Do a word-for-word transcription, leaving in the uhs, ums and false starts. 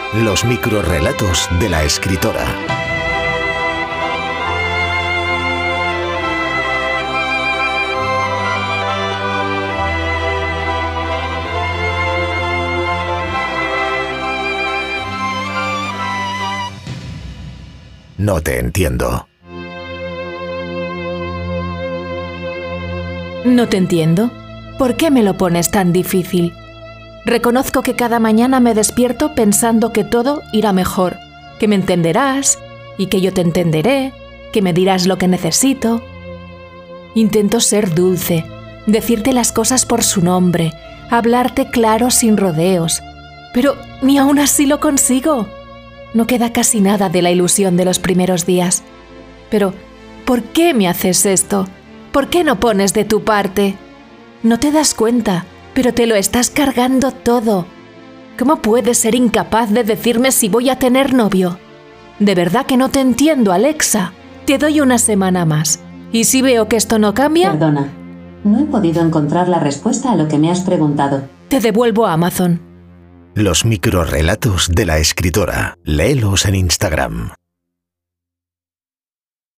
Los microrrelatos de la escritora. No te entiendo. No te entiendo. ¿Por qué me lo pones tan difícil? Reconozco que cada mañana me despierto pensando que todo irá mejor, que me entenderás y que yo te entenderé, que me dirás lo que necesito. Intento ser dulce, decirte las cosas por su nombre, hablarte claro sin rodeos, pero ni aún así lo consigo. No queda casi nada de la ilusión de los primeros días. Pero, ¿por qué me haces esto? ¿Por qué no pones de tu parte? No te das cuenta, pero te lo estás cargando todo. ¿Cómo puedes ser incapaz de decirme si voy a tener novio? De verdad que no te entiendo, Alexa. Te doy una semana más. Y si veo que esto no cambia... Perdona, no he podido encontrar la respuesta a lo que me has preguntado. Te devuelvo a Amazon. Los microrrelatos de la escritora. Léelos en Instagram.